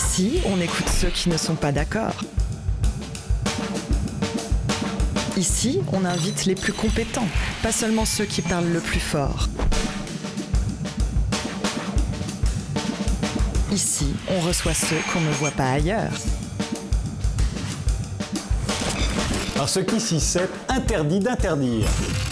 Ici, on écoute ceux qui ne sont pas d'accord. Ici, on invite les plus compétents, pas seulement ceux qui parlent le plus fort. Ici, on reçoit ceux qu'on ne voit pas ailleurs. Parce qu'ici, c'est interdit d'interdire.